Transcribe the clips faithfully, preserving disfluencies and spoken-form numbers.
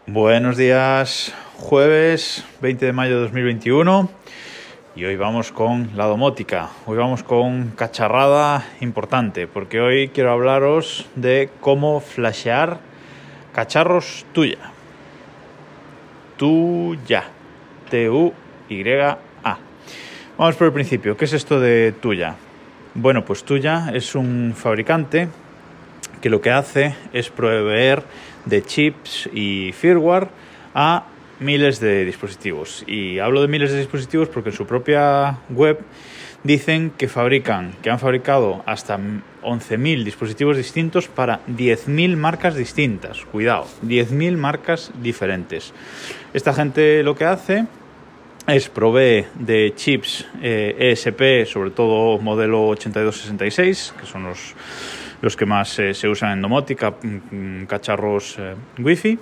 Buenos días, jueves veinte de mayo de dos mil veintiuno y hoy vamos con la domótica. Hoy vamos con cacharrada importante porque hoy quiero hablaros de cómo flashear cacharros Tuya. Tuya, T U Y A. Vamos por el principio. ¿Qué es esto de Tuya? Bueno, pues Tuya es un fabricante que lo que hace es proveer de chips y firmware a miles de dispositivos. Y hablo de miles de dispositivos porque en su propia web dicen que fabrican, que han fabricado hasta once mil dispositivos distintos para diez mil marcas distintas. Cuidado, diez mil marcas diferentes. Esta gente lo que hace es provee de chips eh, E S P, sobre todo modelo ochenta y dos sesenta y seis, que son los los que más eh, se usan en domótica, cacharros eh, Wi-Fi,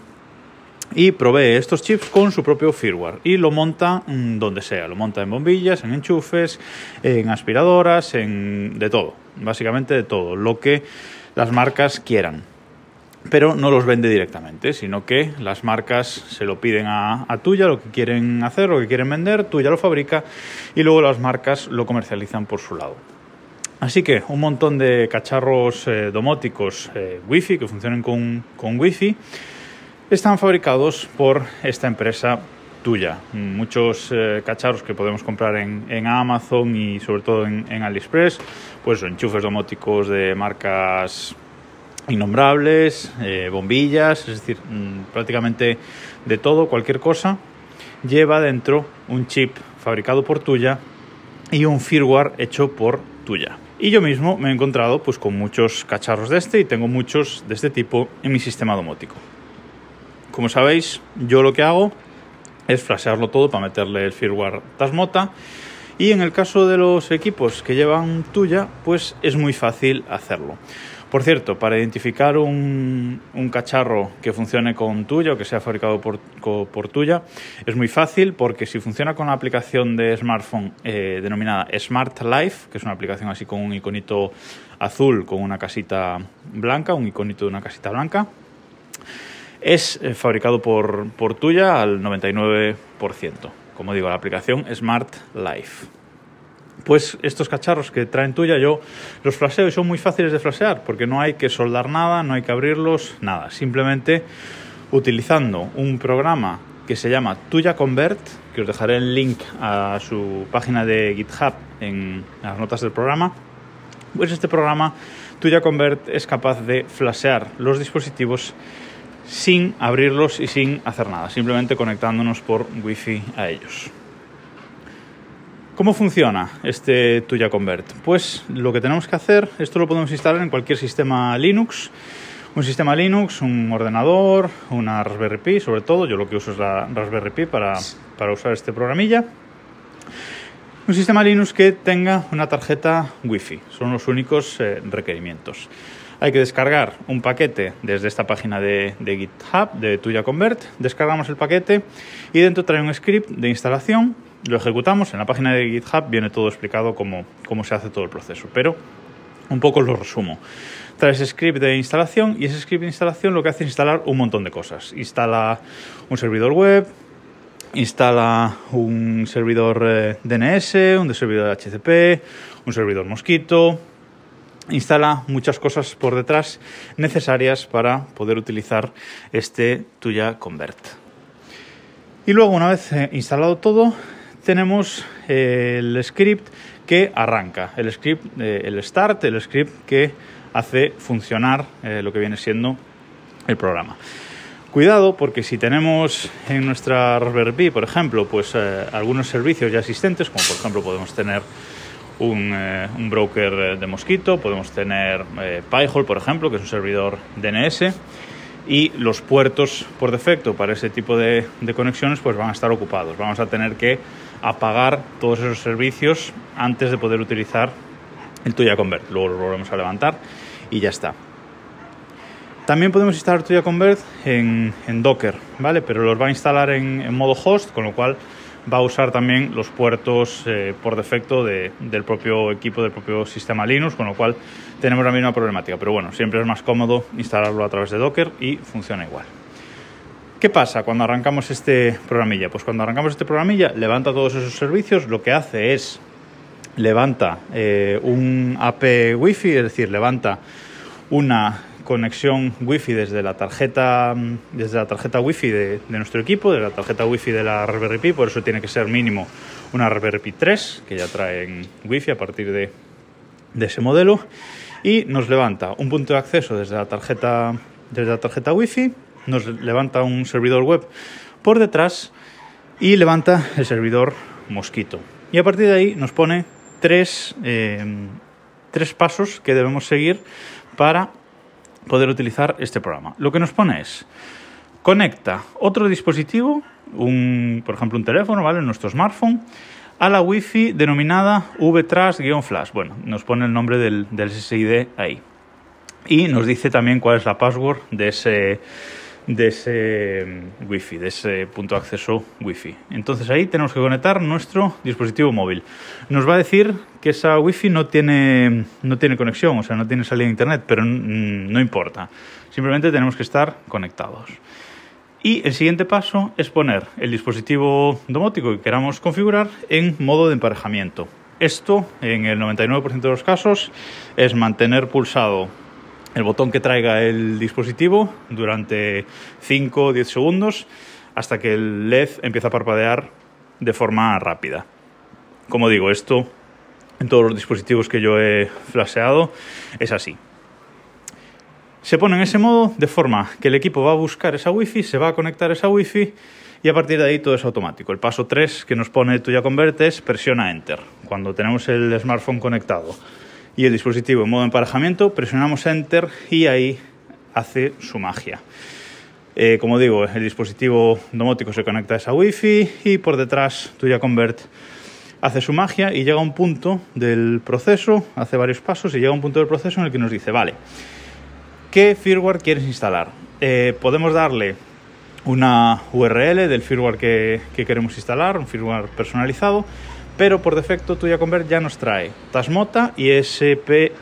y provee estos chips con su propio firmware y lo monta mmm, donde sea, lo monta en bombillas, en enchufes, en aspiradoras, en de todo, básicamente de todo, lo que las marcas quieran. Pero no los vende directamente, sino que las marcas se lo piden a, a Tuya, lo que quieren hacer, lo que quieren vender, Tuya lo fabrica y luego las marcas lo comercializan por su lado. Así que un montón de cacharros eh, domóticos eh, Wi-Fi que funcionan con, con Wi-Fi están fabricados por esta empresa Tuya. Muchos eh, cacharros que podemos comprar en, en Amazon y sobre todo en, en AliExpress, pues enchufes domóticos de marcas innombrables, eh, bombillas, es decir, mmm, prácticamente de todo, cualquier cosa, lleva dentro un chip fabricado por Tuya y un firmware hecho por Tuya. Y yo mismo me he encontrado pues con muchos cacharros de este y tengo muchos de este tipo en mi sistema domótico. Como sabéis, yo lo que hago es flashearlo todo para meterle el firmware Tasmota, y en el caso de los equipos que llevan Tuya, pues es muy fácil hacerlo. Por cierto, para identificar un, un cacharro que funcione con Tuya o que sea fabricado por, por Tuya, es muy fácil porque si funciona con la aplicación de smartphone eh, denominada Smart Life, que es una aplicación así con un iconito azul con una casita blanca, un iconito de una casita blanca, es eh, fabricado por, por Tuya al noventa y nueve por ciento. Como digo, la aplicación Smart Life. Pues estos cacharros que traen Tuya yo los flasheo y son muy fáciles de flashear porque no hay que soldar nada, no hay que abrirlos, nada. Simplemente utilizando un programa que se llama Tuya Convert, que os dejaré el link a su página de GitHub en las notas del programa. Pues este programa Tuya Convert es capaz de flashear los dispositivos sin abrirlos y sin hacer nada, simplemente conectándonos por Wi-Fi a ellos. ¿Cómo funciona este Tuya Convert? Pues lo que tenemos que hacer, esto lo podemos instalar en cualquier sistema Linux, un sistema Linux, un ordenador, una Raspberry Pi, sobre todo, yo lo que uso es la Raspberry Pi para, para usar este programilla. Un sistema Linux que tenga una tarjeta Wi-Fi, son los únicos eh, requerimientos. Hay que descargar un paquete desde esta página de, de GitHub, de Tuya Convert, descargamos el paquete y dentro trae un script de instalación. Lo ejecutamos, en la página de GitHub viene todo explicado cómo, cómo se hace todo el proceso, pero un poco lo resumo. Trae ese script de instalación y ese script de instalación lo que hace es instalar un montón de cosas. Instala un servidor web, instala un servidor eh, D N S, un servidor H C P, un servidor Mosquito, instala muchas cosas por detrás necesarias para poder utilizar este Tuya Convert. Y luego, una vez eh, instalado todo, tenemos eh, el script que arranca, el script, eh, el start, el script que hace funcionar eh, lo que viene siendo el programa. Cuidado, porque si tenemos en nuestra Raspberry Pi, por ejemplo, pues eh, algunos servicios ya existentes, como por ejemplo podemos tener un, eh, un broker de Mosquito, podemos tener eh, Pi-hole, por ejemplo, que es un servidor D N S, y los puertos por defecto para ese tipo de, de conexiones pues van a estar ocupados. Vamos a tener que apagar todos esos servicios antes de poder utilizar el Tuya Convert. Luego lo volvemos a levantar y ya está. También podemos instalar Tuya Convert en, en Docker, ¿vale? Pero los va a instalar en, en modo host, con lo cual va a usar también los puertos eh, por defecto de, del propio equipo, del propio sistema Linux, con lo cual tenemos la misma problemática. Pero bueno, siempre es más cómodo instalarlo a través de Docker y funciona igual. ¿Qué pasa cuando arrancamos este programilla? Pues cuando arrancamos este programilla, levanta todos esos servicios, lo que hace es levanta eh, un A P Wi-Fi, es decir, levanta una conexión Wi-Fi desde la tarjeta desde la tarjeta Wi-Fi de, de nuestro equipo, de la tarjeta Wi-Fi de la Raspberry Pi, por eso tiene que ser mínimo una Raspberry Pi tres, que ya traen Wi-Fi a partir de, de ese modelo, y nos levanta un punto de acceso desde la tarjeta desde la tarjeta Wi-Fi, nos levanta un servidor web por detrás y levanta el servidor Mosquito. Y a partir de ahí nos pone tres, eh, tres pasos que debemos seguir para poder utilizar este programa. Lo que nos pone es: conecta otro dispositivo, un, por ejemplo un teléfono, ¿vale?, nuestro smartphone, a la Wi-Fi denominada vtras-flash. Bueno, nos pone el nombre del, del S S I D ahí. Y nos dice también cuál es la password de ese, de ese Wi-Fi, de ese punto de acceso Wi-Fi. Entonces ahí tenemos que conectar nuestro dispositivo móvil. Nos va a decir que esa Wi-Fi no tiene, no tiene conexión, o sea, no tiene salida a internet, pero no importa. Simplemente tenemos que estar conectados. Y el siguiente paso es poner el dispositivo domótico que queramos configurar en modo de emparejamiento. Esto, en el noventa y nueve por ciento de los casos, es mantener pulsado el botón que traiga el dispositivo durante cinco o diez segundos hasta que el L E D empieza a parpadear de forma rápida. Como digo, esto en todos los dispositivos que yo he flasheado es así. Se pone en ese modo de forma que el equipo va a buscar esa Wi-Fi, se va a conectar a esa Wi-Fi y a partir de ahí todo es automático. El paso tres que nos pone Tuya Convert es presiona Enter. Cuando tenemos el smartphone conectado y el dispositivo en modo emparejamiento, presionamos Enter y ahí hace su magia. Eh, como digo, el dispositivo domótico se conecta a esa Wi-Fi y por detrás Tuya Convert hace su magia y llega a un punto del proceso, hace varios pasos y llega a un punto del proceso en el que nos dice: vale, ¿qué firmware quieres instalar? Eh, podemos darle una U R L del firmware que, que queremos instalar, un firmware personalizado, pero por defecto Tuya Convert ya nos trae Tasmota y E S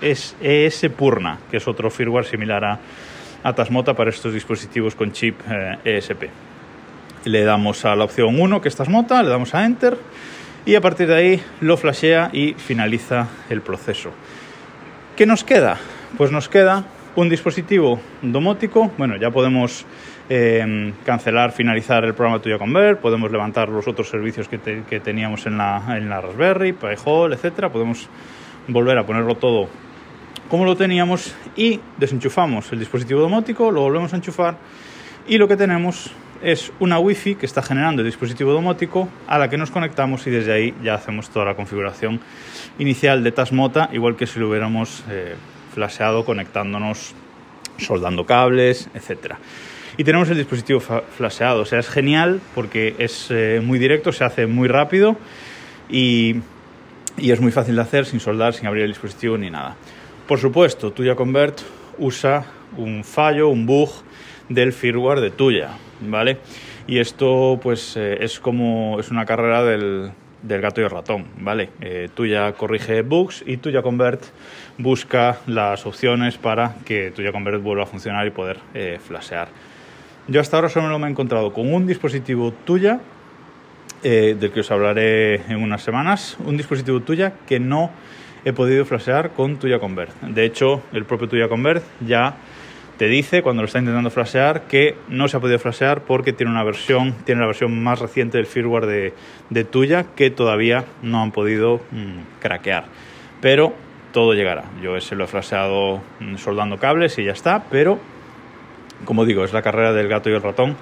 Purna, que es otro firmware similar a, a Tasmota para estos dispositivos con chip eh, E S P. Le damos a la opción uno, que es Tasmota, le damos a Enter y a partir de ahí lo flashea y finaliza el proceso. ¿Qué nos queda? Pues nos queda un dispositivo domótico. Bueno, ya podemos eh, cancelar, finalizar el programa Tuya Convert, podemos levantar los otros servicios que, te, que teníamos en la, en la Raspberry, Pi-hole, etcétera. Podemos volver a ponerlo todo como lo teníamos y desenchufamos el dispositivo domótico, lo volvemos a enchufar y lo que tenemos es una Wi-Fi que está generando el dispositivo domótico a la que nos conectamos y desde ahí ya hacemos toda la configuración inicial de Tasmota, igual que si lo hubiéramos eh, flasheado conectándonos, soldando cables, etcétera. Y tenemos el dispositivo flasheado, o sea, es genial porque es eh, muy directo, se hace muy rápido y, y es muy fácil de hacer sin soldar, sin abrir el dispositivo ni nada. Por supuesto, Tuya Convert usa un fallo, un bug del firmware de Tuya, ¿vale? Y esto pues eh, es como es una carrera del, del gato y el ratón, ¿vale? Eh, Tuya corrige bugs y Tuya Convert busca las opciones para que Tuya Convert vuelva a funcionar y poder eh, flashear. Yo hasta ahora solo me he encontrado con un dispositivo Tuya, eh, del que os hablaré en unas semanas, un dispositivo Tuya que no he podido flashear con Tuya Convert. De hecho, el propio Tuya Convert ya te dice cuando lo está intentando flashear que no se ha podido flashear porque tiene una versión, tiene la versión más reciente del firmware de, de Tuya que todavía no han podido mmm, craquear. Pero todo llegará. Yo ese lo he flasheado mmm, soldando cables y ya está, pero como digo, es la carrera del gato y el ratón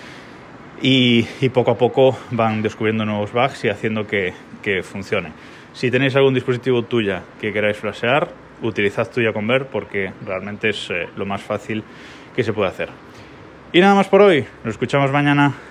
y, y poco a poco van descubriendo nuevos bugs y haciendo que, que funcione. Si tenéis algún dispositivo Tuya que queráis flashear, utilizad Tuya Convert porque realmente es eh, lo más fácil que se puede hacer. Y nada más por hoy, nos escuchamos mañana.